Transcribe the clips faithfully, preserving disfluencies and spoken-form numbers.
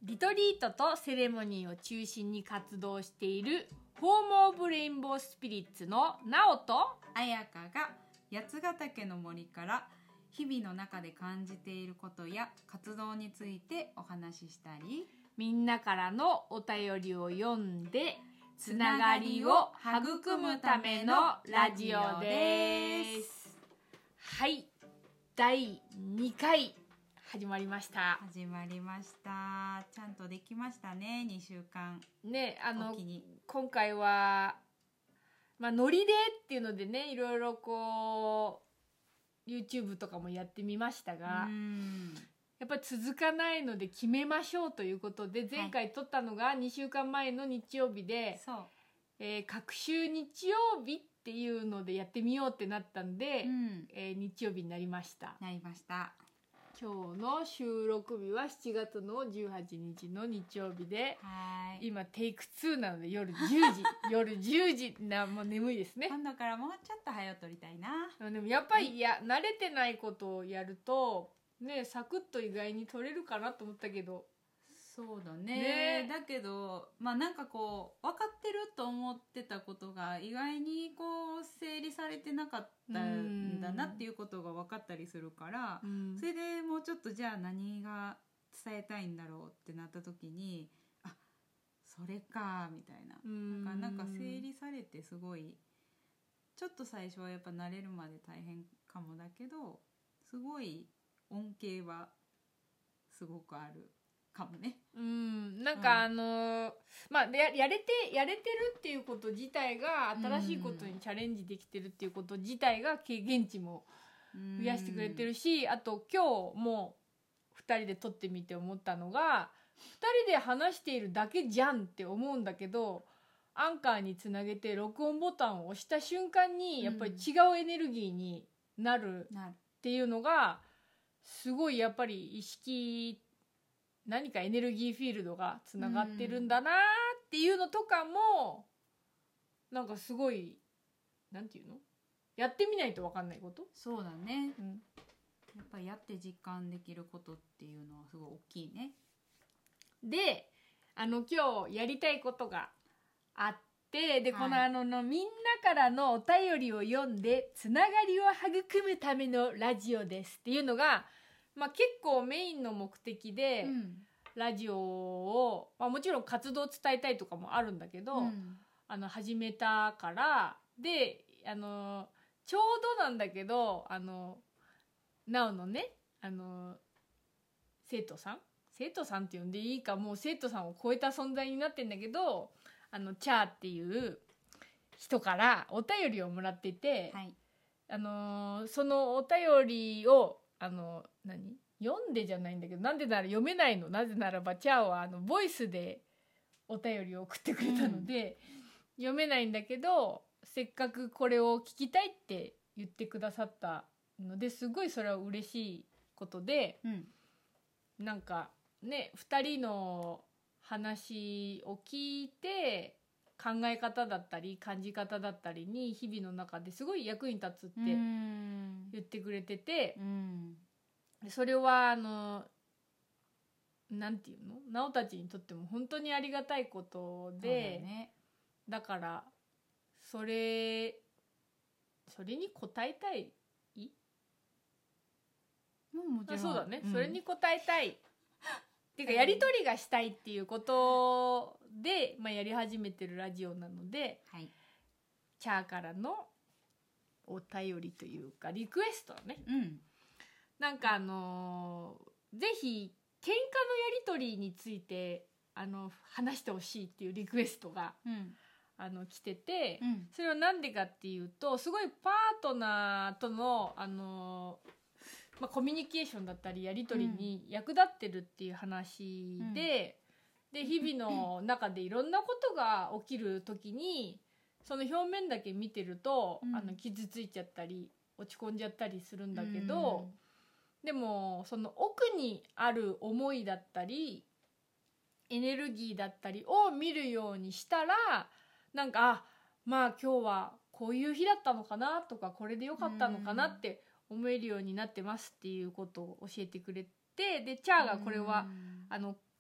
リトリートとセレモニーを中心に活動しているホームオブレインボースピリッツのナオと彩香が八ヶ岳の森から日々の中で感じていることや活動についてお話ししたり、 みんなからのお便りを読んでつながりを育むためのラジオです。はい、だいにかい始まりました。 始まりました。ちゃんとできましたね。にしゅうかんね、あのおきに今回はまあノリでっていうのでね、いろいろこう YouTube とかもやってみましたが、 うんやっぱり続かないので決めましょうということで、前回撮ったのがにしゅうかんまえの日曜日で、 そう、 えー、各週日曜日っていうのでやってみようってなったんで、 うんえー日曜日になりました。 なりました。 今日の収録日はしちがつのじゅうはちにちの日曜日で、 はい、 今テイクツーなので夜じゅうじ夜じゅうじな、もう眠いですね。 今度からもうちょっと早撮りたいな。 でもやっぱりいや慣れてないことをやるとね、サクッと意外に撮れるかなと思ったけど、 そうだね。 ねだけどまあなんかこう分かってると思ってたことが意外にこう整理されてなかったんだなっていうことが分かったりするから、 うん、 それでもうちょっとじゃあ何が伝えたいんだろうってなった時に、あ、それかみたいな、 うん、 なんかなんか整理されてすごいちょっと最初はやっぱ慣れるまで大変かもだけど、すごい恩恵はすごくあるかもね。 うん、なんかあのー、まあや、やれてやれてるっていうこと自体が、新しいことにチャレンジできてるっていうこと自体が経験値も増やしてくれてるし、あと今日もふたりで撮ってみて思ったのが、ふたりで話しているだけじゃんって思うんだけど、アンカーにつなげて録音ボタンを押した瞬間にやっぱり違うエネルギーになるっていうのがすごいやっぱり意識、何かエネルギーフィールドがつながってるんだなっていうのとかも、なんかすごいなんていうの、やってみないと分かんないこと。 そうだね、 うん、 やっぱりやって実感できることっていうのはすごい大きいね。 で、あの今日やりたいことがあって、で、はい、このあののみんなからのお便りを読んでつながりを育むためのラジオですっていうのが、まあ、結構メインの目的で、うん、ラジオを、まあ、もちろん活動を伝えたいとかもあるんだけど、うん、あの始めたからで、あのちょうどなんだけど、あのなおのね、あの生徒さん生徒さんって呼んでいいか、もう生徒さんを超えた存在になってんだけど、あのチャーっていう人からお便りをもらってて、はい、あのそのお便りをあの何読んでじゃないんだけど、なんでなら読めないの。なぜならばチャーはあのボイスでお便りを送ってくれたので、うん、読めないんだけど、せっかくこれを聞きたいって言ってくださったので、すごいそれは嬉しいことで、うん、なんかね、ふたりの話を聞いて考え方だったり感じ方だったりに日々の中ですごい役に立つって言ってくれてて、うん、それはあのなんていうの、なおたちにとっても本当にありがたいことで、だね、だからそれそれに応えたい、 もうもちろん、 そうだね、 うん、 それに応えたいっていうか、やり取りがしたいっていうことで、まあ、やり始めてるラジオなので、はい、チャーからのお便りというかリクエストね、うん、なんかあのー、ぜひ喧嘩のやり取りについてあの話してほしいっていうリクエストが、うん、あの来てて、うん、それはなんでかっていうと、すごいパートナーとのあのーまあ、コミュニケーションだったりやり取りに役立ってるっていう話で、うん、で日々の中でいろんなことが起きる時にその表面だけ見てると、うん、あの傷ついちゃったり落ち込んじゃったりするんだけど、うん、でもその奥にある思いだったりエネルギーだったりを見るようにしたら、なんかあまあ今日はこういう日だったのかなとか、これでよかったのかなって思えるようになってますっていうことを教えてくれて、でチャーがこれはあの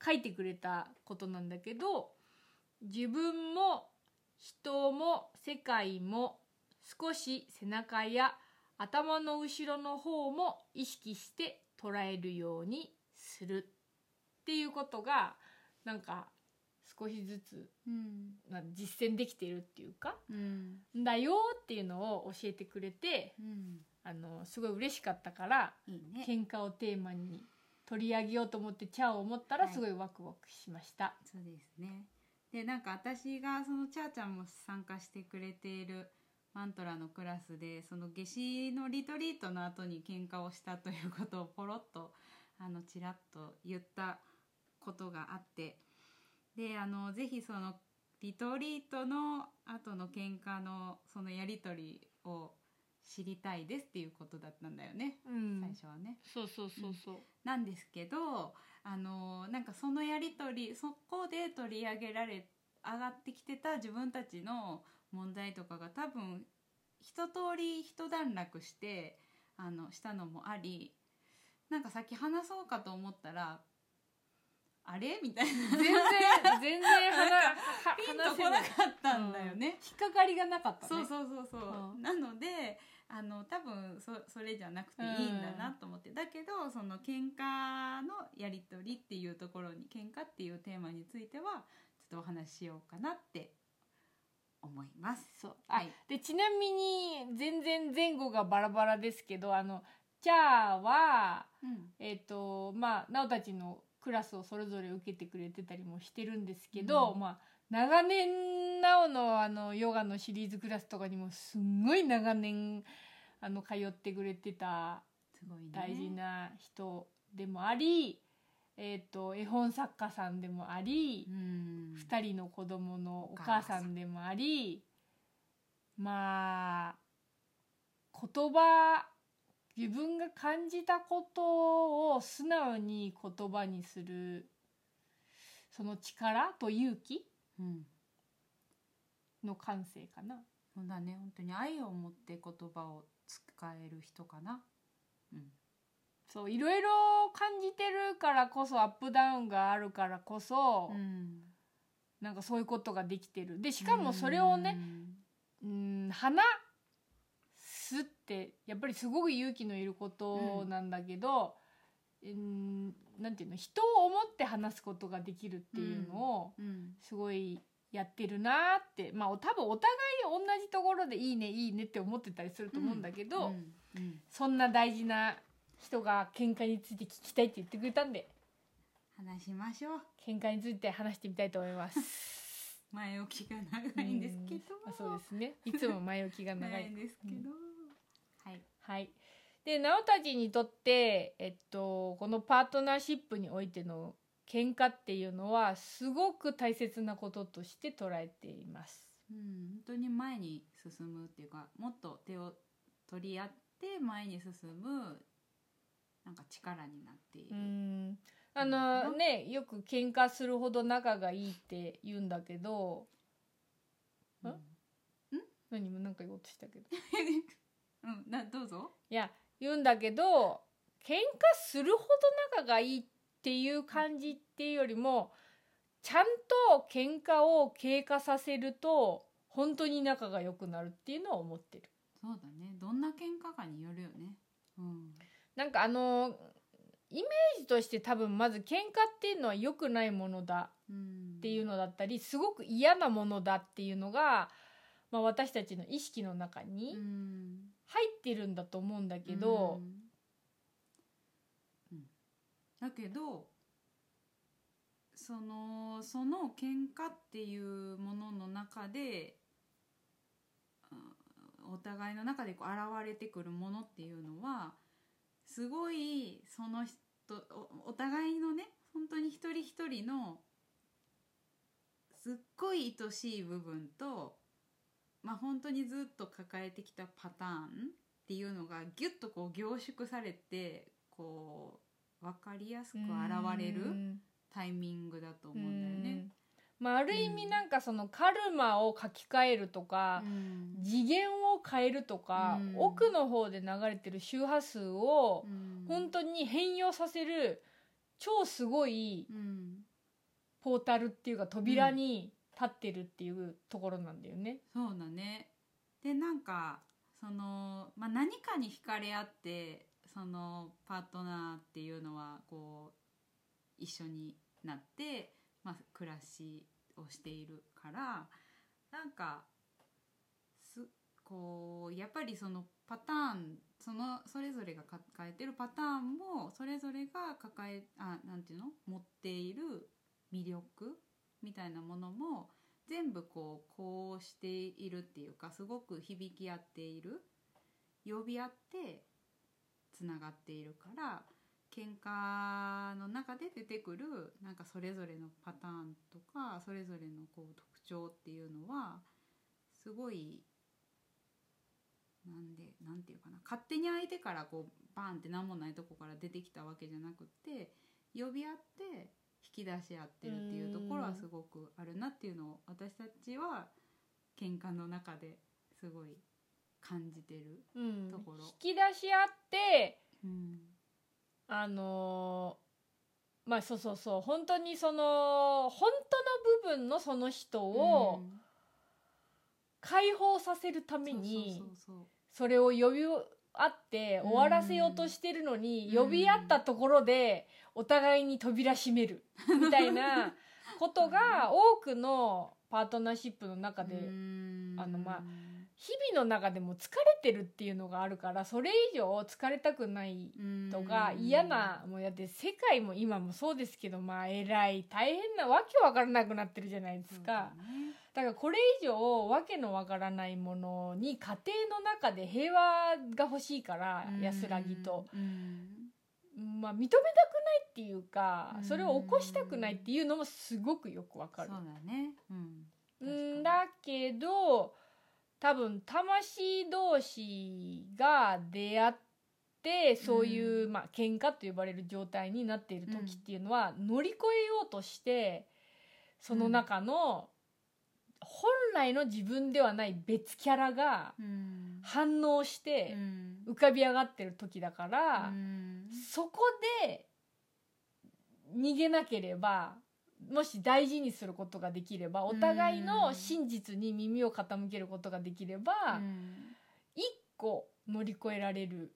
書いてくれたことなんだけど、自分も人も世界も少し背中や頭の後ろの方も意識して捉えるようにするっていうことがなんか少しずつうん実践できているっていうか、 うんだよっていうのを教えてくれて、 うんあのすごい嬉しかったから、 いいね。 喧嘩をテーマに取り上げようと思ってチャーを思ったらはいすごいワクワクしました。 そうですね。でなんか私がそのチャーちゃんも参加してくれているマントラのクラスで、その夏至のリトリートの後に喧嘩をしたということをポロッとあのちらっと言ったことがあって、であのぜひそのリトリートの後の喧嘩のそのやり取りを知りたいですっていうことだったんだよね、 うん、 最初はね。 そうそうそうそう、 なんですけど、あのなんかそのやり取り、そこで取り上げられ上がってきてた自分たちの問題とかが多分一通り一段落してあのしたのもあり、なんかさっき話そうかと思ったらあれみたいな、 全然全然なんか話ピンとこなかったんだよね、 うん、引っかかりがなかったね。 そうそうそうそう、 うん、 なのであの多分 そ, それじゃなくていいんだなと思って、うん、だけどその喧嘩のやり取りっていうところに、喧嘩っていうテーマについてはちょっとお話ししようかなって思います。 そう、あ、 はい、 でちなみに全然前後がバラバラですけど、あのチャーは、うん、えっ、ー、とまあなおたちのクラスをそれぞれ受けてくれてたりもしてるんですけど、うん、まあ長年なおのあのヨガのシリーズクラスとかにもすんごい長年あの通ってくれてた大事な人でもあり、えーと、絵本作家さんでもあり、うん、ふたりの子供のお母さんでもあり、まあ言葉、自分が感じたことを素直に言葉にするその力と勇気の感性かな。 そうだね、本当に愛を持って言葉を使える人かな。うん、 そう、いろいろ感じてるからこそ、アップダウンがあるからこそ、うん、なんかそういうことができてる。でしかもそれをね、うん、話すってやっぱりすごく勇気のいることなんだけど、うん、なんていうの、人を思って話すことができるっていうのをすごいやってるなって、まあ多分お互い同じところでいいねいいねって思ってたりすると思うんだけど、うんうんうん、そんな大事な人が喧嘩について聞きたいって言ってくれたんで話しましょう。 喧嘩について話してみたいと思います前置きが長いんですけど、 あ、そうですね、いつも前置きが長いんですけど、うん、 はい、はい。でなおたちにとって、えっと、このパートナーシップにおいての喧嘩っていうのはすごく大切なこととして捉えています、 うん、本当に前に進むっていうか、もっと手を取り合って前に進むなんか力になっている。うん、 あのね、よく喧嘩するほど仲がいいって言うんだけど、うん、ん何もなんか言おうとしたけどうん、などうぞ。 いや言うんだけど、喧嘩するほど仲がいいっていう感じっていうよりも、ちゃんと喧嘩を経過させると本当に仲が良くなるっていうのは思ってる。 そうだね、どんな喧嘩かによるよね、うん、 なんかあのイメージとして多分まず喧嘩っていうのは良くないものだっていうのだったり、すごく嫌なものだっていうのが、まあ、私たちの意識の中に入ってるんだと思うんだけど、 うんうん、だけどそのその喧嘩っていうものの中で、お互いの中でこう現れてくるものっていうのはすごいその人 お, お互いのね、本当に一人一人のすっごい愛しい部分と、まあ、本当にずっと抱えてきたパターンっていうのがギュッとこう凝縮されて、こう分かりやすく現れるタイミングだと思うんだよね。 まあ、ある意味なんかそのカルマを書き換えるとか、うん、次元を変えるとか、うん、奥の方で流れてる周波数を本当に変容させる超すごいポータルっていうか扉に立ってるっていうところなんだよね。 そうだね。でなんかその、まあ、何かに惹かれ合ってそのパートナーっていうのはこう一緒になって、まあ、暮らしをしているからなんかすこうやっぱりそのパターンそのそれぞれが抱えてるパターンもそれぞれが抱えあなんていうの持っている魅力みたいなものも全部こうこうしているっていうかすごく響き合っている呼び合ってつながっているから喧嘩の中で出てくるなんかそれぞれのパターンとかそれぞれのこう特徴っていうのはすごいなんでなんていうかな勝手に相手からこうバーンって何もないとこから出てきたわけじゃなくって呼び合って引き出し合ってるっていうところはすごくあるなっていうのを私たちは喧嘩の中ですごい感じてるところ、うん、 引き出し合って、 うん、 あのー、まあそうそうそう本当にその本当の部分のその人を解放させるためにそれを呼び合って終わらせようとしてるのに、うん、呼び合ったところでお互いに扉閉めるみたいなことが多くのパートナーシップの中で、うん、あのまあ日々の中でも疲れてるっていうのがあるからそれ以上疲れたくないとか嫌なもうやって世界も今もそうですけどまあえらい大変なわけわからなくなってるじゃないですか、だね、だからこれ以上わけのわからないものに家庭の中で平和が欲しいから安らぎとまあ認めたくないっていうかそれを起こしたくないっていうのもすごくよくわかる。 そうだね、 うん、んだけど多分魂同士が出会ってそういう、うんまあ喧嘩と呼ばれる状態になっている時っていうのは、うん、乗り越えようとしてその中の、うん、本来の自分ではない別キャラが反応して浮かび上がってる時だから、うん、そこで逃げなければもし大事にすることができればお互いの真実に耳を傾けることができれば一個乗り越えられる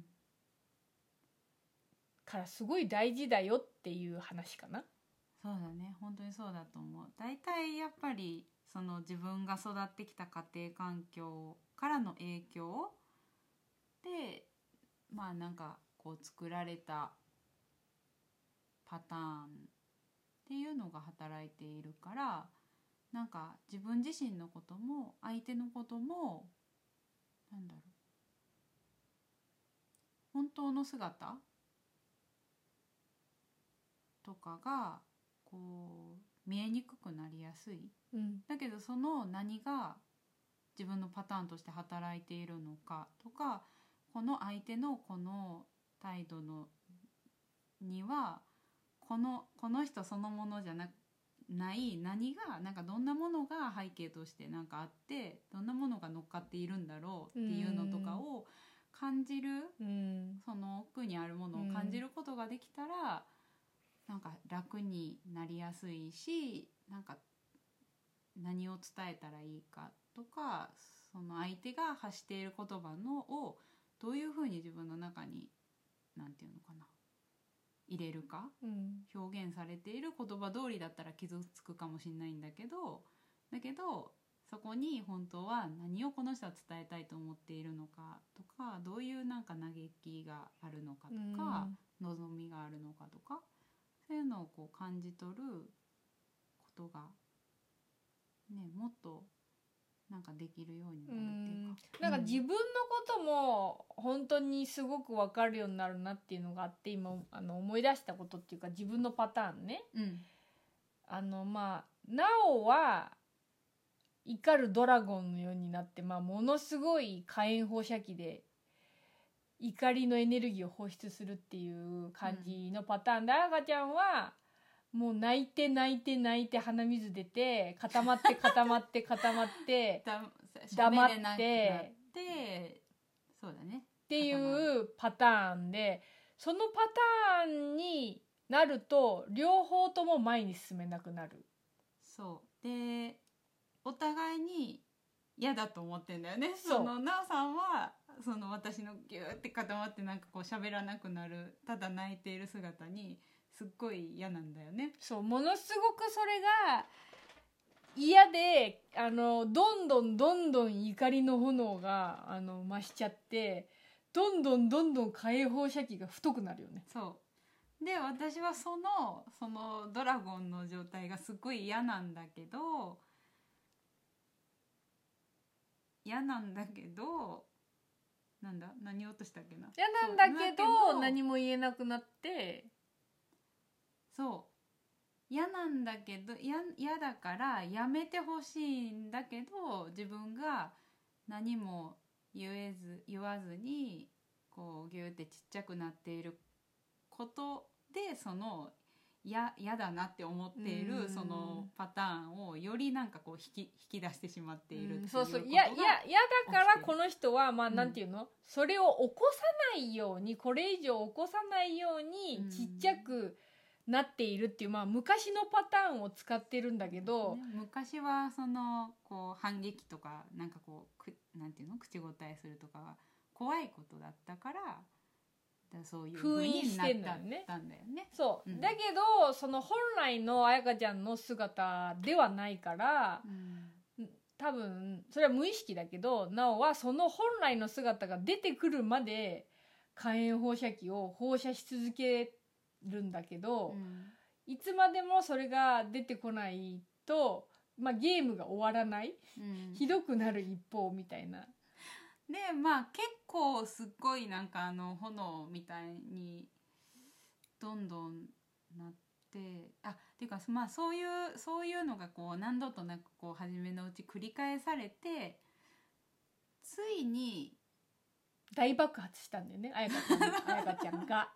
からすごい大事だよっていう話かな。 そうだね本当にそうだと思う。大体やっぱりその自分が育ってきた家庭環境からの影響でまあなんかこう作られたパターンっていうのが働いているからなんか自分自身のことも相手のこともなんだろう本当の姿とかがこう見えにくくなりやすい、 うん、 だけどその何が自分のパターンとして働いているのかとかこの相手のこの態度のにはこの、この人そのものじゃなない何がなんかどんなものが背景としてなんかあってどんなものが乗っかっているんだろうっていうのとかを感じる、 うん、 その奥にあるものを感じることができたら、うん、なんか楽になりやすいしなんか何を伝えたらいいかとかその相手が発している言葉のをどういうふうに自分の中になんていうのかな入れるか、 うん、 表現されている言葉通りだったら傷つくかもしれないんだけどだけどそこに本当は何をこの人は伝えたいと思っているのかとかどういうなんか嘆きがあるのかとか、うん、望みがあるのかとかそういうのをこう感じ取ることがねもっとなんかできるようになるっていうか、 うん、なんか自分のことも本当にすごく分かるようになるなっていうのがあって今あの思い出したことっていうか自分のパターンね、 うん、 あのまあなおは怒るドラゴンのようになって、まあ、ものすごい火炎放射器で怒りのエネルギーを放出するっていう感じのパターンで、うん、赤ちゃんはもう泣いて泣いて泣いて鼻水出て固まって固まって固まって黙ってそうだねっていうパターンでそのパターンになると両方とも前に進めなくなる。 そうでお互いに嫌だと思ってんだよね。 そうそのなおさんはその私のギューって固まってなんかこう喋らなくなるただ泣いている姿にすっごい嫌なんだよね。 そうものすごくそれが嫌であのどんどんどんどん怒りの炎があの増しちゃってどんどんどんどん火炎放射器が太くなるよね。 そうで私はそのそのドラゴンの状態がすっごい嫌なんだけど嫌なんだけどなんだ何を落としたっけな。 嫌なんだけどそうだけど何も言えなくなってそう嫌なんだけど嫌嫌だからやめてほしいんだけど自分が何も言えず言わずにこうギューってちっちゃくなっていることでそのや嫌だなって思っているそのパターンをよりなんかこう引き引き出してしまっているっていうことが、 うん、そうそういやいや嫌だからこの人はまあなんていうの、うん、それを起こさないようにこれ以上起こさないようにちっちゃくなっているっていう、まあ、昔のパターンを使ってるんだけど、 ね、昔はそのこう反撃とかなんかこうくなんていうの口答えするとかは怖いことだったからだそういう風になったんだよね。 そう、 うん、 だけどその本来の彩香ちゃんの姿ではないから、うん、多分それは無意識だけどなおはその本来の姿が出てくるまで火炎放射器を放射し続けるんだけど、うん、いつまでもそれが出てこないと、まあ、ゲームが終わらない、うん、ひどくなる一方みたいな。 でまあ結構すっごいなんかあの炎みたいにどんどんなってあっていうかまあそういうそういうのがこう何度となくこう初めのうち繰り返されてついに大爆発したんだよね彩香ちゃん彩香ちゃんが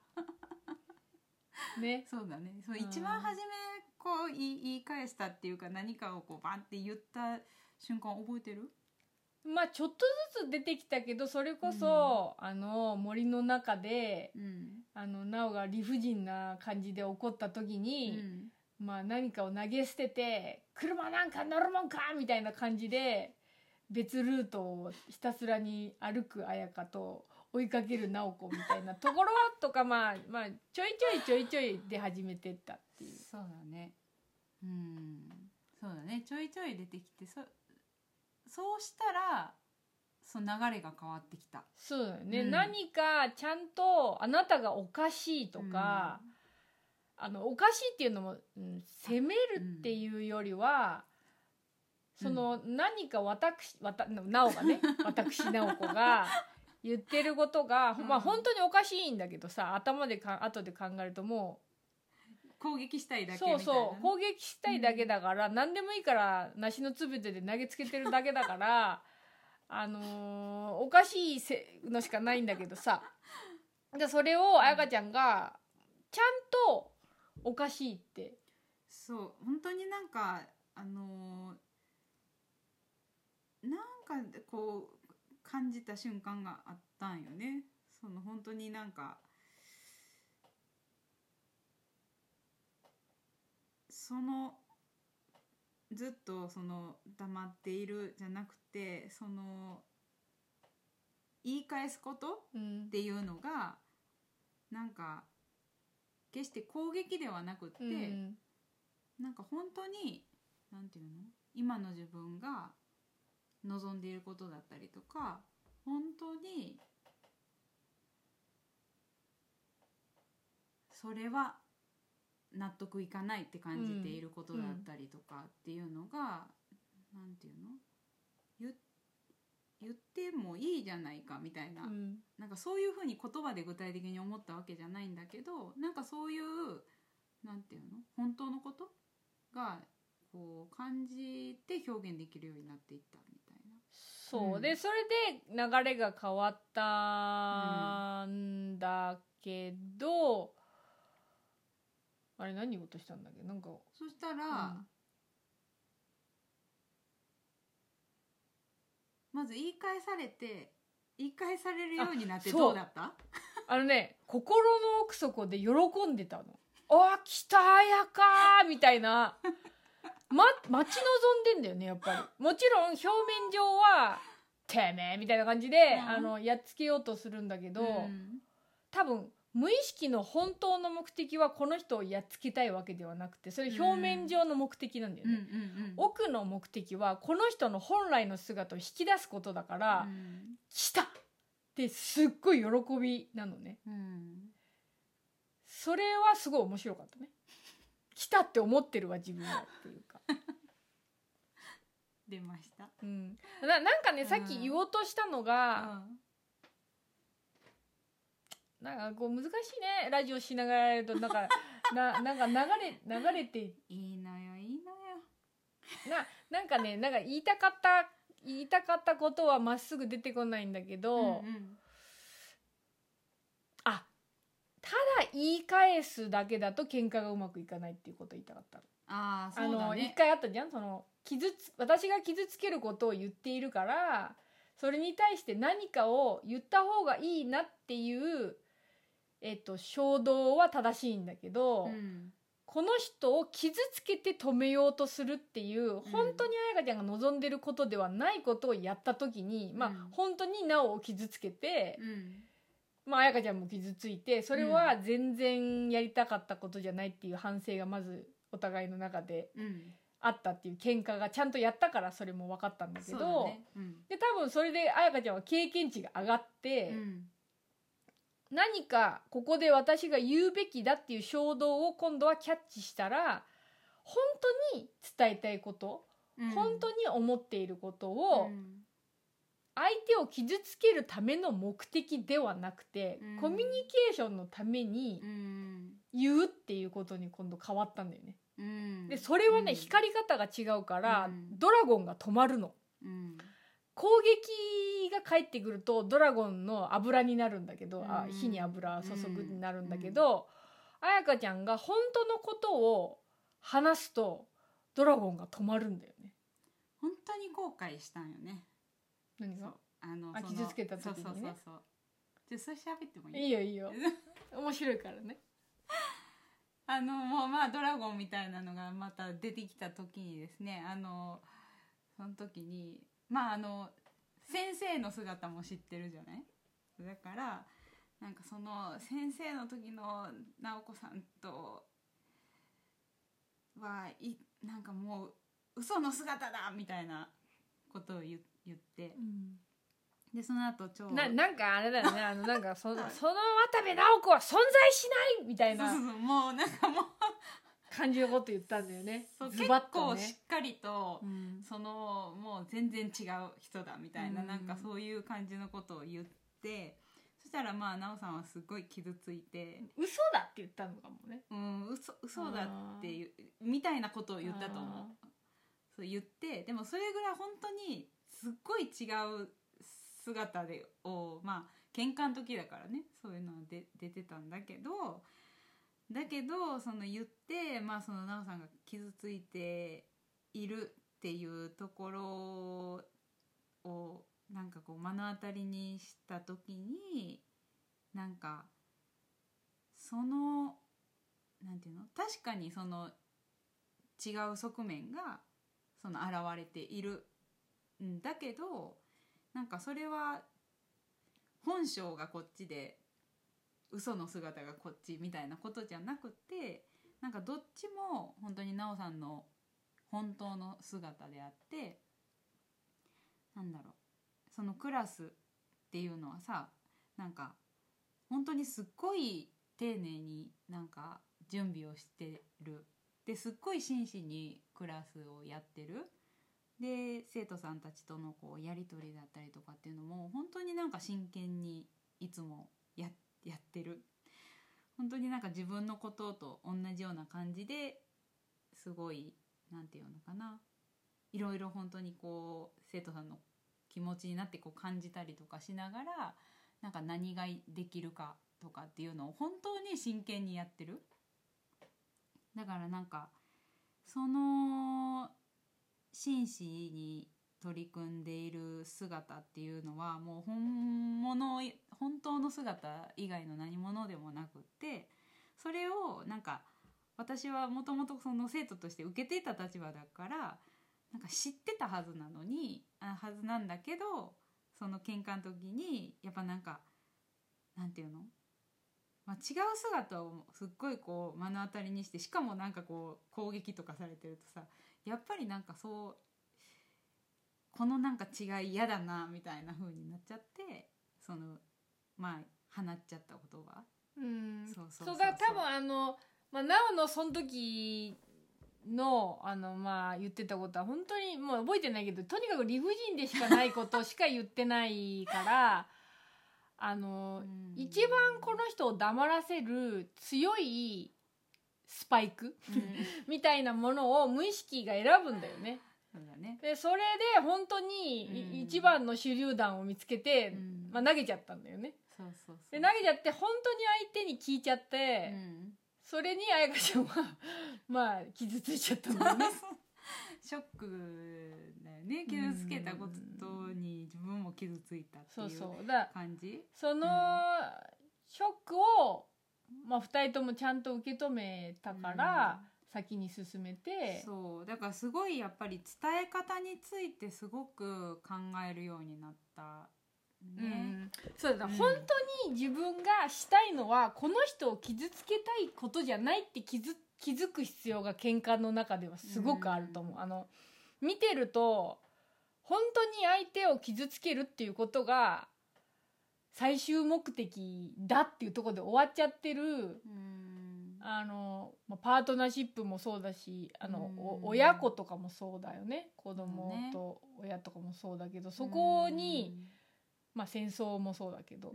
ねそうだねそう一番初めこう言い、言い返したっていうか何かをこうバンって言った瞬間覚えてる？ まあちょっとずつ出てきたけどそれこそ、うん、あの森の中で、うん、あのナオが理不尽な感じで怒った時に、うん、まあ何かを投げ捨てて車なんか乗るもんかみたいな感じで別ルートをひたすらに歩く彩香と追いかける直子みたいなところとかまあまあちょいちょいちょいちょいで始めてったっていう。 そうだね。うんそうだねちょいちょい出てきてそそうしたらその流れが変わってきた。 そうだよね、うん、何かちゃんとあなたがおかしいとか、うん、あのおかしいっていうのも、うん、責めるっていうよりは、うん、その何か私わたなおがね私直子が言ってることが、うん、まあ本当におかしいんだけどさ頭でか後で考えるともう攻撃したいだけみたいな、ね、 そうそう攻撃したいだけだから、うん、何でもいいから梨のつぶてで投げつけてるだけだからあのー、おかしいのしかないんだけどさでそれを彩香ちゃんがちゃんとおかしいってそう本当になんかあのー、なんかこう感じた瞬間があったんよね。その本当になんかそのずっとその黙っているじゃなくてその言い返すことっていうのが、うん、なんか決して攻撃ではなくって、うん、なんか本当になんていうの今の自分が望んでいることだったりとか本当にそれは納得いかないって感じていることだったりとかっていうのが、うん、なんていうの 言, 言ってもいいじゃないかみたいな、うん、なんかそういうふうに言葉で具体的に思ったわけじゃないんだけどなんかそういうなんていうの本当のことがこう感じて表現できるようになっていったみたいな。 そう、うん、でそれで流れが変わったんだけど、うんあれ何言おうとしたんだっけなんかそしたら、うん、まず言い返されて言い返されるようになってどうだった？ あのね心の奥底で喜んでたのあ来たやかーみたいな、ま、待ち望んでんだよねやっぱり。もちろん表面上はてめえみたいな感じで、 うん、 あのやっつけようとするんだけど、 うん、 多分無意識の本当の目的はこの人をやっつけたいわけではなくて、それ表面上の目的なんだよね、 うんうんうん、 奥の目的はこの人の本来の姿を引き出すことだから、 うん、 来たってすっごい喜びなのね、 うん、 それはすごい面白かったね。来たって思ってるわ自分はっていうか出ました、 うん、な, なんかね、さっき言おうとしたのが、うん、なんかこう難しいね、ラジオしながらやるとなんかな, なんか流れ流れていいのよいいのよな, なんかね、なんか言いたかった言いたかったことはまっすぐ出てこないんだけど、 うんうん、 あ、ただ言い返すだけだと喧嘩がうまくいかないっていうことを言いたかったの。 ああそうだね、 あの一回あったじゃん、その傷つ私が傷つけることを言っているから、それに対して何かを言った方がいいなっていう、えっと、衝動は正しいんだけど、 うん、 この人を傷つけて止めようとするっていう、本当に彩香ちゃんが望んでることではないことをやった時に、うん、まあ本当になおを傷つけて、うん、まあ彩香ちゃんも傷ついて、それは全然やりたかったことじゃないっていう反省がまずお互いの中であったっていう喧嘩がちゃんとやったから、それも分かったんだけど、ね、うん、で多分それで彩香ちゃんは経験値が上がって、うん、何かここで私が言うべきだっていう衝動を今度はキャッチしたら、本当に伝えたいこと、うん、本当に思っていることを、うん、相手を傷つけるための目的ではなくて、うん、コミュニケーションのために言うっていうことに今度変わったんだよね、うん、でそれはね、うん、光り方が違うから、うん、ドラゴンが止まるの、うん、攻撃が返ってくるとドラゴンの油になるんだけど、うん、あ火に油注ぐになるんだけど、彩香ちゃんが本当のことを話すとドラゴンが止まるんだよね。 本当に後悔したんよね。 何が？ あのあ傷つけた時にね。そうそうそうそう。 じゃあそれ喋ってもいい？ いいよいいよ面白いからねあのもうまあドラゴンみたいなのがまた出てきた時にですね、あのその時にまああの先生の姿も知ってるじゃない。だからなんかその先生の時の直子さんとはいなんかもう嘘の姿だみたいなことを 言, 言って、うん、でその後超ななんかあれだよねあのなんか そ, その渡部直子は存在しないみたいなそうそうそうもうなんかもう感じのこと言ったんだよね。 そう結構しっかりと、うん、そのもう全然違う人だみたいな、うん、なんかそういう感じのことを言って、そしたらまあ奈緒さんはすごい傷ついて嘘だって言ったのかもね、 うん、嘘, 嘘だっていうみたいなことを言ったと思う。そう言って、でもそれぐらい本当にすっごい違う姿でをまあ喧嘩の時だからね、そういうのはで出てたんだけどだけどその言ってまあその奈緒さんが傷ついているっていうところをなんかこう目の当たりにした時になんかそのなんていうの、確かにその違う側面がその現れているんだけど、なんかそれは本性がこっちで嘘の姿がこっちみたいなことじゃなくて、なんかどっちも本当に奈緒さんの本当の姿であって、なんだろう、そのクラスっていうのはさ、なんか本当にすっごい丁寧になんか準備をしてる、ですっごい真摯にクラスをやってる、で生徒さんたちとのこうやり取りだったりとかっていうのも本当になんか真剣にいつも や, やってる、本当になんか自分のことと同じような感じですごいなんていうのかな、いろいろ本当にこう生徒さんの気持ちになってこう感じたりとかしながら、なんか何ができるかとかっていうのを本当に真剣にやってる。だからなんかその真摯に取り組んでいる姿っていうのはもう本物本当の姿以外の何者でもなくって、それをなんか私はもともとその生徒として受けていた立場だからなんか知ってたはずなのにあはずなんだけどその喧嘩の時にやっぱなんかなんていうの、まあ、違う姿をすっごいこう目の当たりにしてしかもなんかこう攻撃とかされてるとさやっぱりなんかそうこのなんか違い嫌だなみたいな風になっちゃってそのまあ放っちゃった言葉。 うんそうそうそうそうだ多分あの、まあ、なおのその時のあのまあ言ってたことは本当にもう覚えてないけどとにかく理不尽でしかないことしか言ってないからあの、 うん、 一番この人を黙らせる強いスパイク、うん、みたいなものを無意識が選ぶんだよね。 そうだね。 でそれで本当に一番の手榴弾を見つけて、うんまあ、投げちゃったんだよね。 そうそうそうで投げちゃって本当に相手に効いちゃって、うん、それに彩香ちゃんはまあ傷ついちゃったんだよね。 ショックだよね。傷つけたことに自分も傷ついたっていう感じ。そうそうだそのショックを、まあ、ふたりともちゃんと受け止めたから、うん先に進めてそうだからすごいやっぱり伝え方についてすごく考えるようになったね、うん、 そうだ、うん、本当に自分がしたいのはこの人を傷つけたいことじゃないって気づ、気づく必要が喧嘩の中ではすごくあると思う、うん、あの見てると本当に相手を傷つけるっていうことが最終目的だっていうところで終わっちゃってる、うんあのパートナーシップもそうだしあの、うん、親子とかもそうだよね子供と親とかもそうだけど、そこに、まあ、戦争もそうだけど、うん、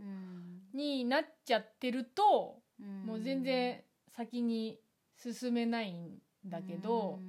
になっちゃってると、うん、もう全然先に進めないんだけど、うん、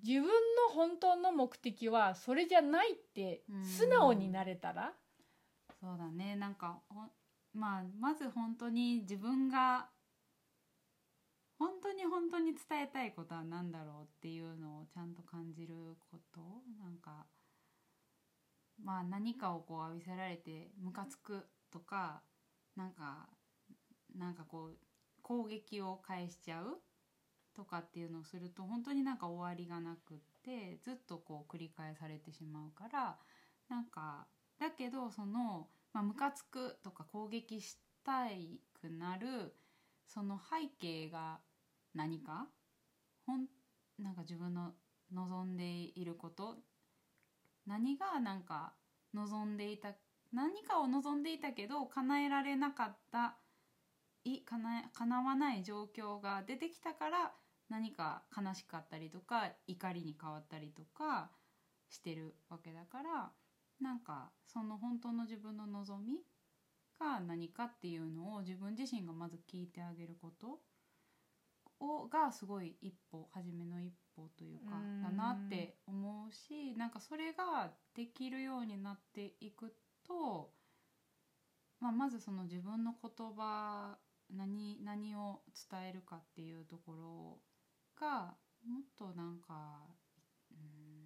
自分の本当の目的はそれじゃないって素直になれたら、 うん、そうだねなんか、まあ、まず本当に自分が本当に本当に伝えたいことは何だろうっていうのをちゃんと感じることなんかまあ何かをこう浴びせられてムカつくとかなんかなんかこう攻撃を返しちゃうとかっていうのをすると本当になんか終わりがなくってずっとこう繰り返されてしまうからなんかだけどその、まあ、ムカつくとか攻撃したいくなるその背景が何かほんなんか自分の望んでいること何がなんか望んでいた何かを望んでいたけど叶えられなかったい叶え叶わない状況が出てきたから何か悲しかったりとか怒りに変わったりとかしてるわけだからなんかその本当の自分の望みが何かっていうのを自分自身がまず聞いてあげることをがすごい一歩初めの一歩というかだなって思うしなんかそれができるようになっていくと、まあ、まずその自分の言葉 何, 何を伝えるかっていうところがもっとなんか、うん、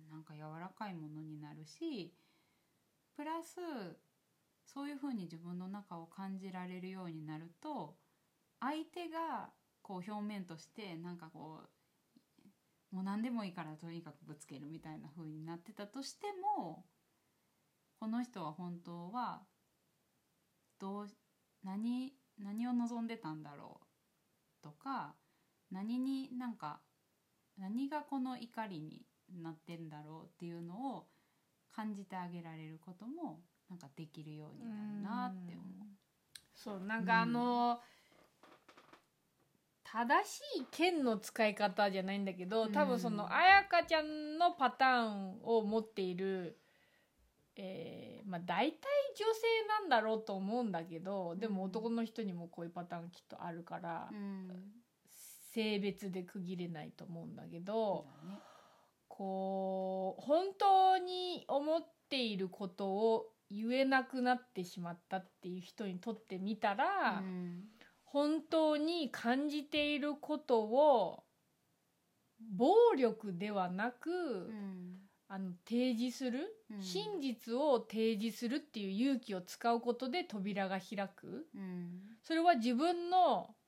なんか柔らかいものになるしプラスそういうふうに自分の中を感じられるようになると相手がこう表面としてなんかこうもう何でもいいからとにかくぶつけるみたいな風になってたとしてもこの人は本当はどう 何, 何を望んでたんだろうとか何になんか何がこの怒りになってんだろうっていうのを感じてあげられることもなんかできるようになるなって思う。 そうなんかあの、うん正しい剣の使い方じゃないんだけど多分その彩香ちゃんのパターンを持っている、えーまあ、大体女性なんだろうと思うんだけどでも男の人にもこういうパターンきっとあるから、うん、性別で区切れないと思うんだけど、うんね、こう本当に思っていることを言えなくなってしまったっていう人にとってみたら、うん本当に感じていることを暴力ではなく、うん、あの提示する、うん、真実を提示するっていう勇気を使うことで扉が開く、うん、それは自分の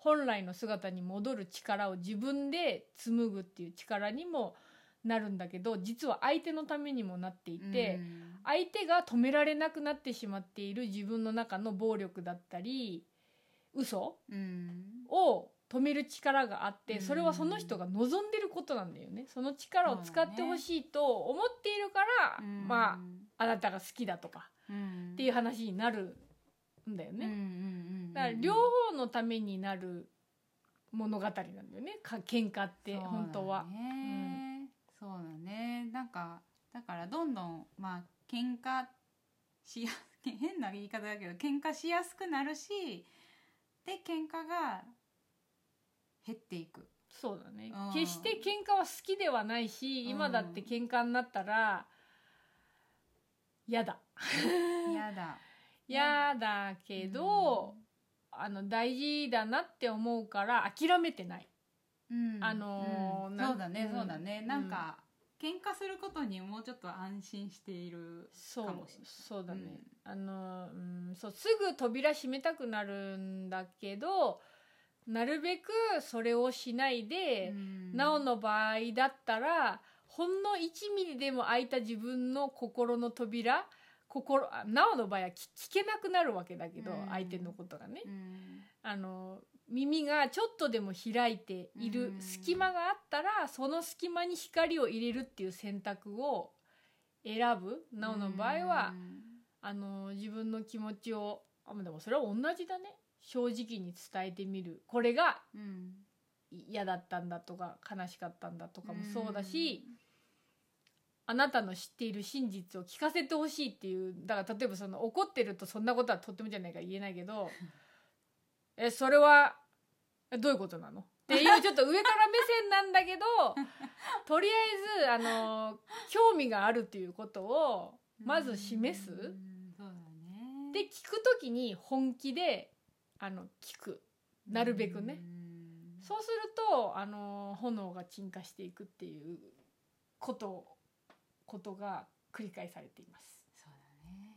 本来の姿に戻る力を自分で紡ぐっていう力にもなるんだけど、実は相手のためにもなっていて、 うん相手が止められなくなってしまっている自分の中の暴力だったり嘘うんを止める力があって、 うんそれはその人が望んでることなんだよね。その力を使ってほしいと思っているから、 うんまああなたが好きだとかうんっていう話になるんだよね。 うんうんうんだから両方のためになる物語なんだよね、か喧嘩って本当は。 そうだね、そうだね。なんかだからどんどんまあ喧嘩しや変な言い方だけど喧嘩しやすくなるし、で喧嘩が減っていく。 そうだね、 うん決して喧嘩は好きではないし、今だって喧嘩になったら嫌だやだ嫌だけど、あの大事だなって思うから諦めてない。 うんあのーうんなんそうだねうんそうだね、なんか喧嘩することにもうちょっと安心しているそうかもしれない。 そうだね、あの、うん、そうすぐ扉閉めたくなるんだけど、なるべくそれをしないで、 うんなおの場合だったらほんのいちミリでも開いた自分の心の扉、心あなおの場合は聞聞けなくなるわけだけど、 うん相手のことがね、 うんあの耳がちょっとでも開いているうん隙間があったら、その隙間に光を入れるっていう選択を選ぶ。なおの場合は、あの自分の気持ちを、あでもそれは同じだね、正直に伝えてみる。これがうん嫌だったんだとか悲しかったんだとかもそうだし、あなたの知っている真実を聞かせてほしいっていう。だから例えばその怒ってるとそんなことはとってもじゃないから言えないけどえそれはえどういうことなのっていうちょっと上から目線なんだけどとりあえずあの興味があるっていうことをまず示す。 うんそうだね。 で聞くときに本気であの聞く、なるべくね。 うんそうするとあの炎が鎮火していくっていうことことが繰り返されています。 そうだね。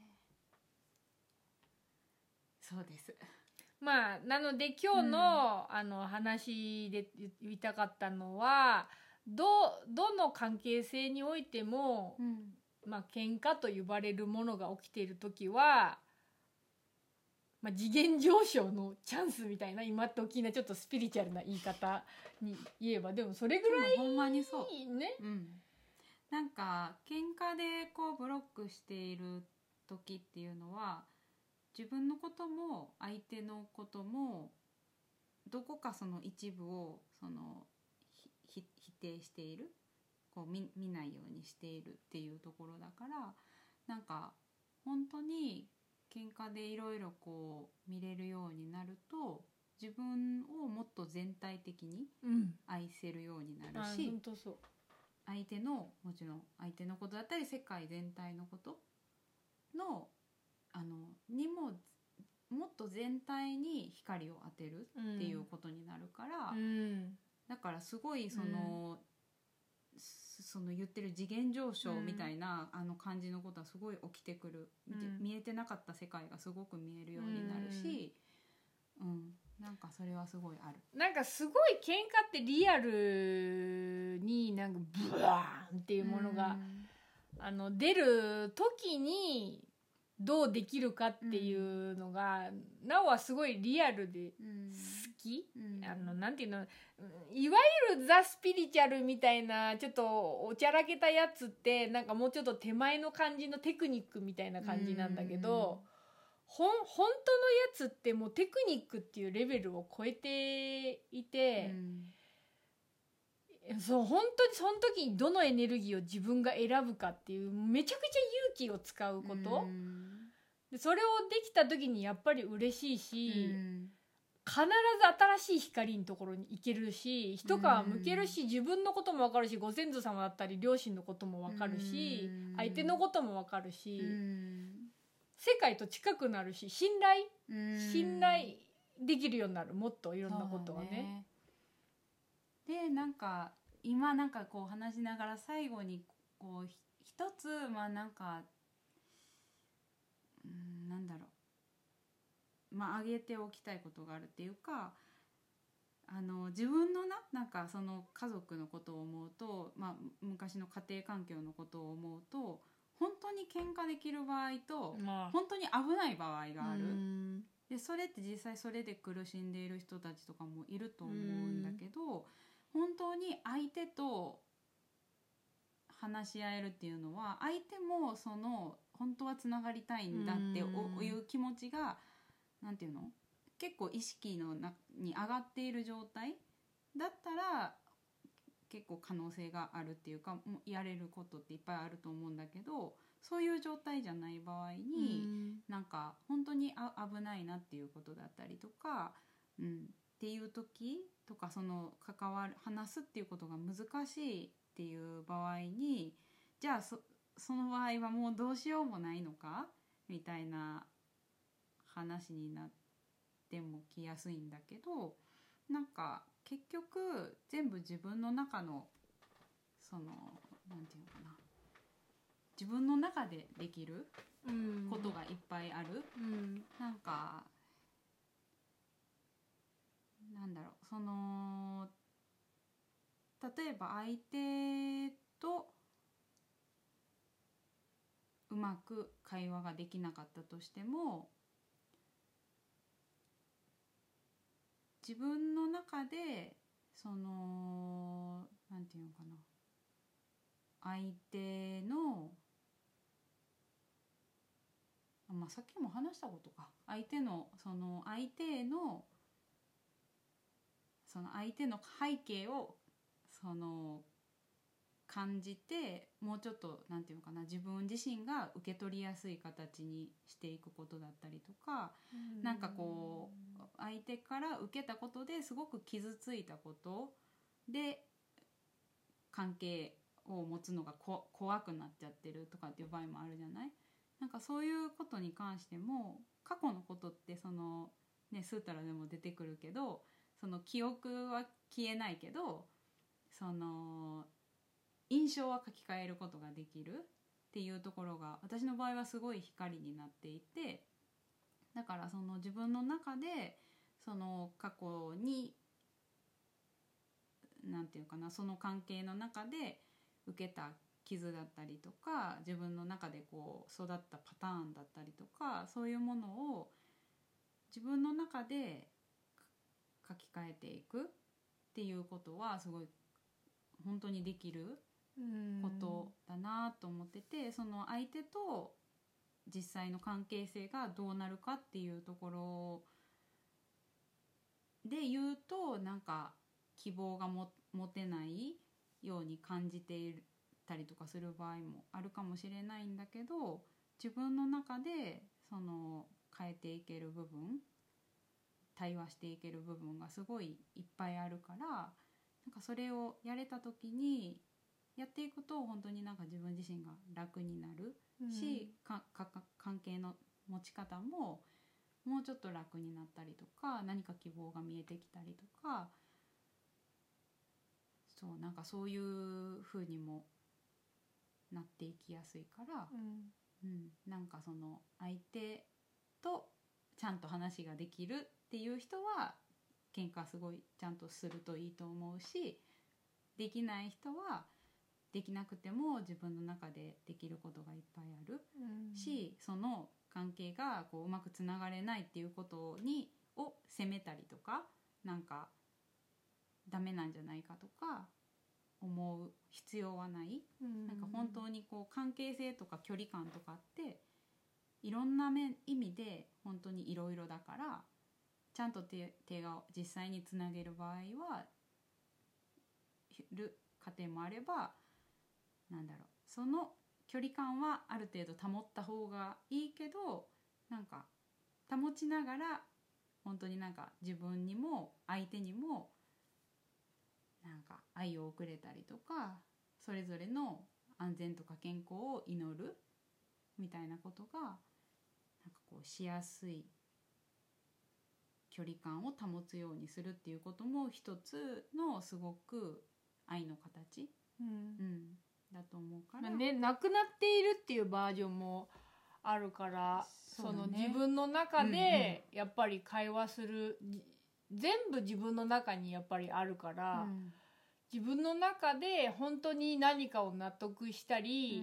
そうです。 まあなので今日の、うん、あの話で言いたかったのは、どどの関係性においても、うんまあ喧嘩と呼ばれるものが起きているときは、まあ、次元上昇のチャンスみたいな、今時なちょっとスピリチュアルな言い方に言えば、でもそれぐらいほんまにそうね、 うん、なんか喧嘩でこうブロックしている時っていうのは、自分のことも相手のこともどこかその一部をそのひ否定している、こう 見, 見ないようにしているっていうところだから、なんか本当に喧嘩でいろいろこう見れるようになると、自分をもっと全体的に愛せるようになるし、 うん、本当そう。 相手のもちろん相手のことだったり世界全体のことのあのにももっと全体に光を当てるっていうことになるから、 うん、 だからすごいその、うん、その言ってる次元上昇みたいな、うん、あの感じのことはすごい起きてくる、うん、見えてなかった世界がすごく見えるようになるし、うん、うん、なんかそれはすごいある。 なんかすごい喧嘩ってリアルになんかブワーンっていうものが、うん、あの出る時にどうできるかっていうのが、うん、なおはすごいリアルで好き、うん、あのなんていうの、いわゆるザ・スピリチュアルみたいなちょっとおちゃらけたやつって、なんかもうちょっと手前の感じのテクニックみたいな感じなんだけど、うんほん本当のやつってもうテクニックっていうレベルを超えていて、うん、そう本当にその時にどのエネルギーを自分が選ぶかっていうめちゃくちゃ勇気を使うこと、うん、でそれをできた時にやっぱり嬉しいし、うん、必ず新しい光のところに行けるし、一皮むけるし、自分のことも分かるし、ご先祖様だったり両親のことも分かるし、相手のことも分かるし、世界と近くなるし、信頼信頼できるようになる、もっといろんなことが ね, ねでなんか今なんかこう話しながら最後にこう一つまあなんかうんなんだろうまあ挙げておきたいことがあるっていうか、 あの自分のななんかその家族のことを思うと、まあ、昔の家庭環境のことを思うと本当に喧嘩できる場合と、 まあ本当に危ない場合がある、 うんでそれって実際それで苦しんでいる人たちとかもいると思うんだけど、本当に相手と話し合えるっていうのは相手もその本当はつながりたいんだっておいう気持ちがなんていうの結構意識のなに上がっている状態だったら結構可能性があるっていうかもうやれることっていっぱいあると思うんだけど、そういう状態じゃない場合になんか本当にあ危ないなっていうことだったりとか、うん、っていう時とかその関わる話すっていうことが難しいっていう場合にじゃあ そ, その場合はもうどうしようもないのかみたいな話になってもきやすいんだけど、なんか結局全部自分の中のそのなんていうのかな自分の中でできることがいっぱいある、 うん、 なんかなんだろうその例えば相手とうまく会話ができなかったとしても自分の中でそのなんていうのかな相手のまあさっきも話したことか相手のその相手へのその相手の背景をその感じてもうちょっとなんていうのかな自分自身が受け取りやすい形にしていくことだったりとか、うん、なんかこう相手から受けたことですごく傷ついたことで関係を持つのがこ怖くなっちゃってるとかっていう場合もあるじゃない。なんかそういうことに関しても過去のことってその、ね、スータラでも出てくるけどその記憶は消えないけどその印象は書き換えることができるっていうところが私の場合はすごい光になっていて、だからその自分の中でその過去になんていうかなその関係の中で受けた傷だったりとか自分の中でこう育ったパターンだったりとかそういうものを自分の中で書き換えていくっていうことはすごい本当にできることだなと思ってて、その相手と実際の関係性がどうなるかっていうところで言うとなんか希望がも持てないように感じていたりとかする場合もあるかもしれないんだけど、自分の中でその変えていける部分対話していける部分がすごいいっぱいあるから、なんかそれをやれた時にやっていくと本当になんか自分自身が楽になるし、うん、かか関係の持ち方ももうちょっと楽になったりとか何か希望が見えてきたりとか、そうなんかそういう風にもなっていきやすいから、うんうん、なんかその相手とちゃんと話ができるっていう人は喧嘩すごいちゃんとするといいと思うし、できない人はできなくても自分の中でできることがいっぱいある、うん、しその関係がこううまくつながれないっていうことにを責めたりとかなんかダメなんじゃないかとか思う必要はない、うん、なんか本当にこう関係性とか距離感とかっていろんな面意味で本当にいろいろだからちゃんと 手, 手が実際につなげる場合はる過程もあればなんだろうその距離感はある程度保った方がいいけどなんか保ちながら本当になんか自分にも相手にもなんか愛を送れたりとかそれぞれの安全とか健康を祈るみたいなことがなんかこうしやすい距離感を保つようにするっていうことも一つのすごく愛の形、うんうん、だと思うから、 ね、なくなっているっていうバージョンもあるから そ,、ね、その自分の中でやっぱり会話する全部自分の中にやっぱりあるかうら、 ん自分の中で本当に何かを納得したり、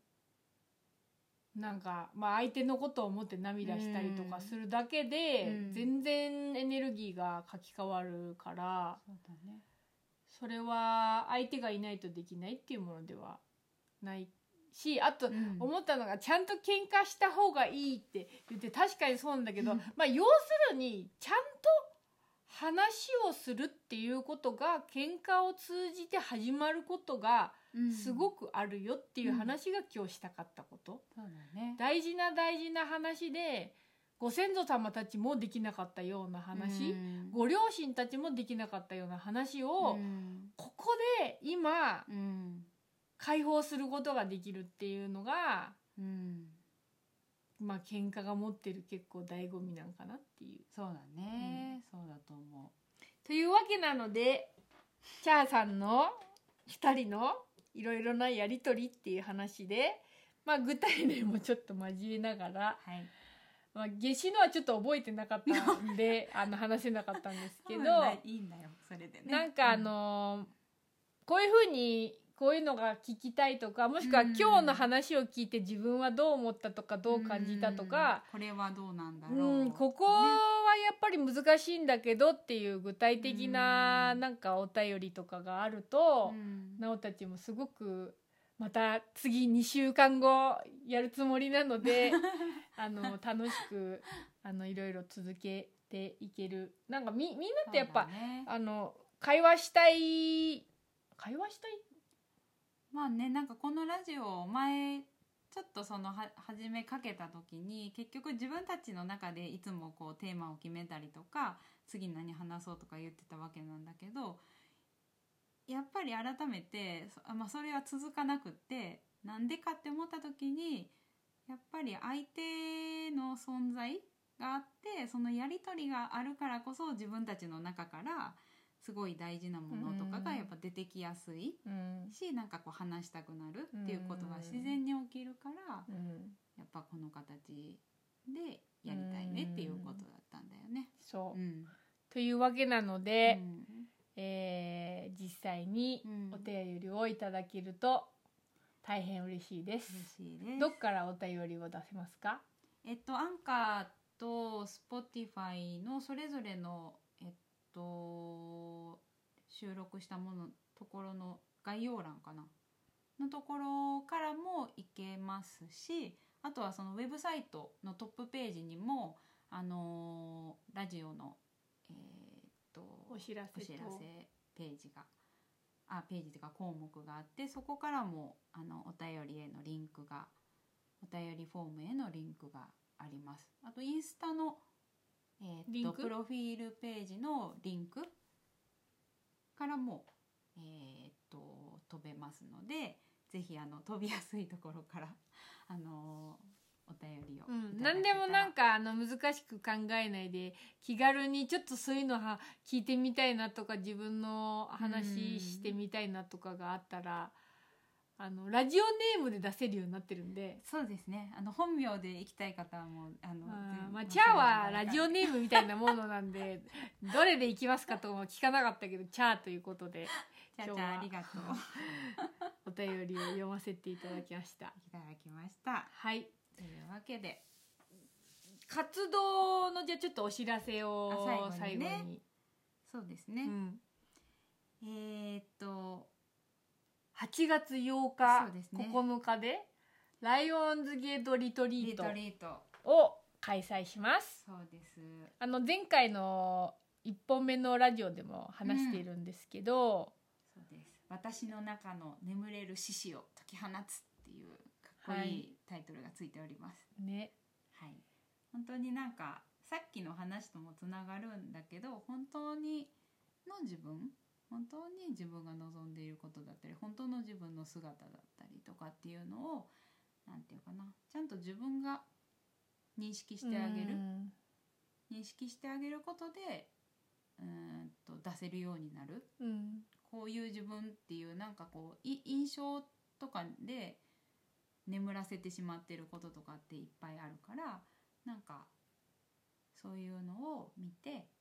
なんか、まあ、相手のことを思って涙したりとかするだけで、 うん全然エネルギーが書き換わるから、 そうだね。 それは相手がいないとできないっていうものではないし、あとうん思ったのが、ちゃんと喧嘩した方がいいって言って確かにそうなんだけど、 うんまあ要するにちゃんと話をするっていうことが喧嘩を通じて始まることがすごくくあるよっていう話が今日したかったこと、 そうだね。 大事な大事な話で、ご先祖様たちもできなかったような話、 うんご両親たちもできなかったような話を、 うんここで今うん解放することができるっていうのが、 うんまあ喧嘩が持ってる結構醍醐味なんかなっていう。 そうだね、そうだと思というわけなので、チャーさんのふたりのいろいろなやりとりっていう話で、まあ具体例もちょっと交えながら、 う。はい。 まあ、夏至のはちょっと覚えてなかったんであの話せなかったんですけど、 いいんだよそれでね。 なんかあのーこういうふうにこういうのが聞きたいとか、もしくはうん今日の話を聞いて自分はどう思ったとかどう感じたとか、 うんこれはどうなんだろう。 うん、ここはやっぱり難しいんだけどっていう具体的なうんなんかお便りとかがあると、 うんなおたちもすごくまた次にしゅうかんごやるつもりなのであの楽しくあのいろいろ続けていける。なんかみみんなってやっぱ、 そうだねあの会話したい会話したいまあね、なんかこのラジオを前ちょっとそのは始めかけた時に結局自分たちの中でいつもこうテーマを決めたりとか次何話そうとか言ってたわけなんだけど、やっぱり改めてそ、まあ、それは続かなくってなんでかって思った時にやっぱり相手の存在があってそのやり取りがあるからこそ自分たちの中からすごい大事なものとかがやっぱ出てきやすいうんし、なんかこう話したくなるっていうことが自然に起きるからうんやっぱこの形でやりたいねっていうことだったんだよね。 そう、 うんというわけなのうで、 んえー実際にうんお便りをいただけると大変嬉しいです。 嬉しいです。 どっからお便りを出せますか？ えっとアンカーと Spotify のそれぞれのえっと収録したものところの概要欄かなのところからもいけますし、あとはそのウェブサイトのトップページにもあのーラジオのえーっとお知らせとお知らせページがあページというか項目があって、そこからもあのお便りへのリンクがお便りフォームへのリンクがあります。あとインスタの、えーっとリンクプロフィールページのリンクからも、えーっと飛べますので、ぜひあの飛びやすいところからあのお便りをいただうん、 けたら、 何でもなんかあの難しく考えないで気軽にちょっとそういうのは聞いてみたいなとか自分の話してみたいなとかがあったら、あのラジオネームで出せるようになってるんで、 そうですね、あの本名で行きたい方はもうあのあーまあ、 全チャーはラジオネームみたいなものなんでどれで行きますかとも聞かなかったけどチャーということでチャーちゃんありがとうお便りを読ませていただきました。 いただきました。 はい、 というわけで活動のじゃあちょっとお知らせをあ最後に最後にねそうですね、 うん、 えーっとはちがつようか、 そうですねここのかでライオンズゲートリトリリートトリートを開催します。 そうです。 あの前回のいっぽんめのラジオでも話しているんですけど、 そうです。私の中の眠れる獅子を解き放つっていうかっこいはいいタイトルがついております。 ね、 はい。本当になんかさっきの話ともつながるんだけど、本当にの自分、本当に自分が望んでいることだったり、本当の自分の姿だったりとかっていうのをなんていうかな、ちゃんと自分が認識してあげる、 うん認識してあげることでうーんと出せるようになる。 うんこういう自分っていうなんかこうい印象とかで眠らせてしまってることとかっていっぱいあるから、なんかそういうのを見て解き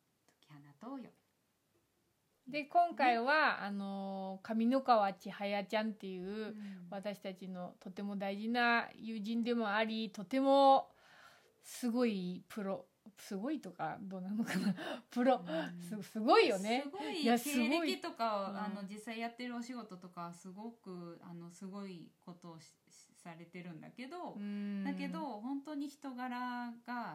花東洋で今回はあの上三川千早ちゃんっていう、 うん、 私たちのとても大事な友人でもあり、とてもすごいプロ、すごいとかどうなのかなプロ、うん、す, すごいよね。 すごい経歴とか、うん、あの実際やってるお仕事とかすごくあのすごいことをしされてるんだけど、うん、だけど本当に人柄がなんていうかな、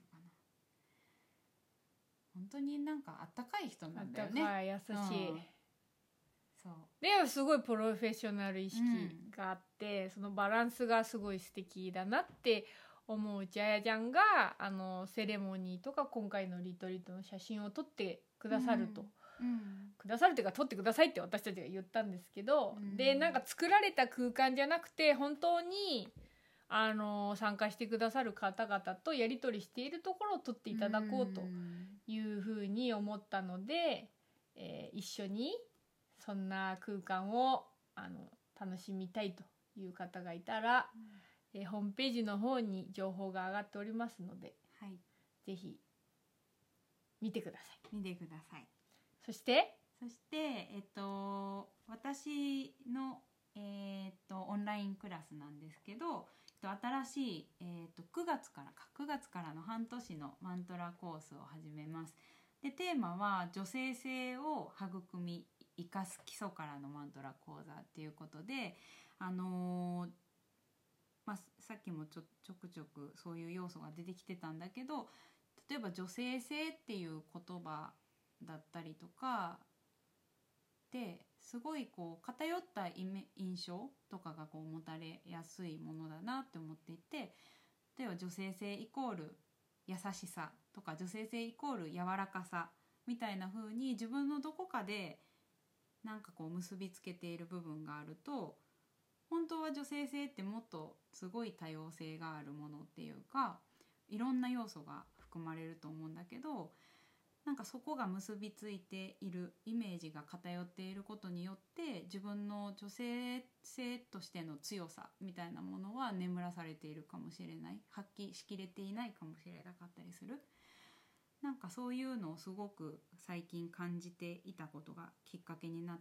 本当になんかあったかい人なんだよね。 あったかい、優しい、うん、 そうですごいプロフェッショナル意識があって、うん、そのバランスがすごい素敵だなって思うちあやちゃんがあのセレモニーとか今回のリトリートの写真を撮ってくださると、うんうん、くださるというか撮ってくださいって私たちが言ったんですけど、うん、でなんか作られた空間じゃなくて本当にあの参加してくださる方々とやり取りしているところを撮っていただこうというふうに思ったので、えー、一緒にそんな空間をあの楽しみたいという方がいたら、うん、えー、ホームページの方に情報が上がっておりますので、はい、ぜひ見てください。 見てください。 そしてそしてえっと私のえー、っとオンラインクラスなんですけど、新しい、えー、とくがつからかくがつからの半年のマントラコースを始めます。でテーマは女性性を育み生かす基礎からのマントラ講座っていうことで、あのーまあ、さっきもちょ、ちょくちょくそういう要素が出てきてたんだけど、例えば女性性っていう言葉だったりとかですごいこう偏ったイメ印象とかがこう持たれやすいものだなって思っていて、例えば女性性イコール優しさとか女性性イコール柔らかさみたいな風に自分のどこかでなんかこう結びつけている部分があると、本当は女性性ってもっとすごい多様性があるものっていうか、いろんな要素が含まれると思うんだけど、なんかそこが結びついているイメージが偏っていることによって自分の女性性としての強さみたいなものは眠らされているかもしれない、発揮しきれていないかもしれなかったりする。なんかそういうのをすごく最近感じていたことがきっかけになって、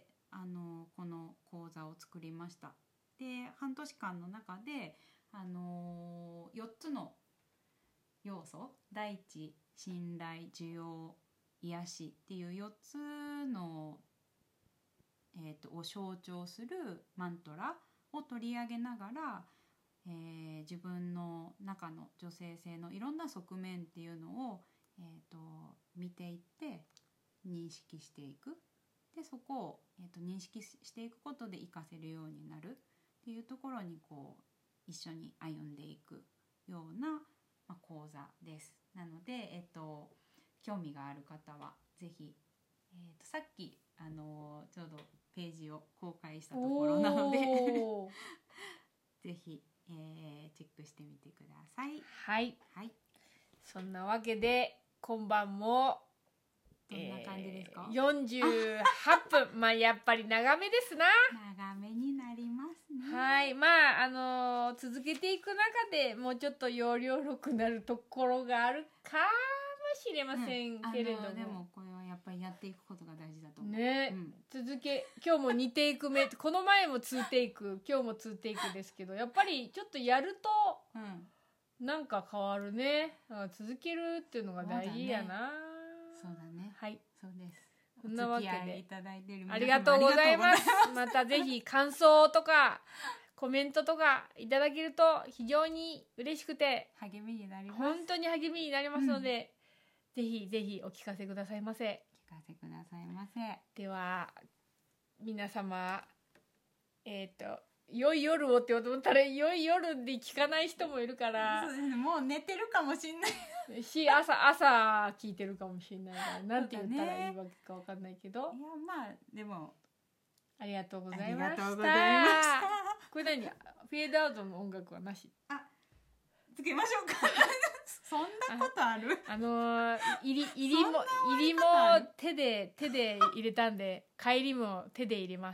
あのこの講座を作りました。で半年間の中で、あのよっつの要素、第一信頼、需要、癒しっていうよっつの、えーと、を象徴するマントラを取り上げながら、えー、自分の中の女性性のいろんな側面っていうのを、えーと、見ていって認識していく。でそこを、えーと、認識していくことで活かせるようになるっていうところにこう一緒に歩んでいくような、まあ、講座です。なので、えっと、興味がある方はぜひ、えっと、さっき、あのー、ちょうどページを公開したところなのでぜひ、えー、チェックしてみてください。 はい、 はい、 そんなわけで今晩もどんな感じですか？ えー、よんじゅうはっぷんまあやっぱり長めですな。 長めになりますね。 はい、まああのー、続けていく中でもうちょっと要領よくなるところがあるかもしれませんけれども、うん、 でもこれはやっぱりやっていくことが大事だと思うね、 うん、 続け今日もにテイク目この前もにテイク今日もにテイクですけど、やっぱりちょっとやると、うん、なんか変わるね。続けるっていうのが大事やな。 そうだね。 はい。 そうです。 そんなわけでいただいているありがとうございます。またぜひ感想とかコメントとかいただけると非常に嬉しくて励みになります。 本当に励みになりますので、うん、ぜひぜひお聞かせくださいませ。 聞かせくださいませ。 では皆様、えっと良い夜をって思ったら良い夜で聞かない人もいるから、 そうですね、もう寝てるかもしれないし朝朝聞いてるかもしれないからなんて言ったらいいわけか分かんないけど、 いやまあでもありがとうございました。 ありがとうございました。 これ何フェードアウトの音楽はなし？ あ、つけましょうかそんなことある？ あのー、入り入りも入りも手で手で入れたんで帰りも手で入れます。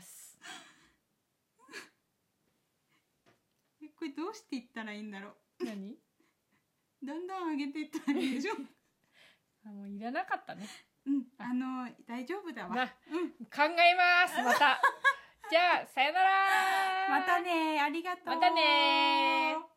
これどうしていったらいいんだろう。 何？ だんだん上げていったらいいでしょあもういらなかったね。 うんあの大丈夫だわ。 なうん考えますまた。じゃあさよなら。 またねありがとう。 またね。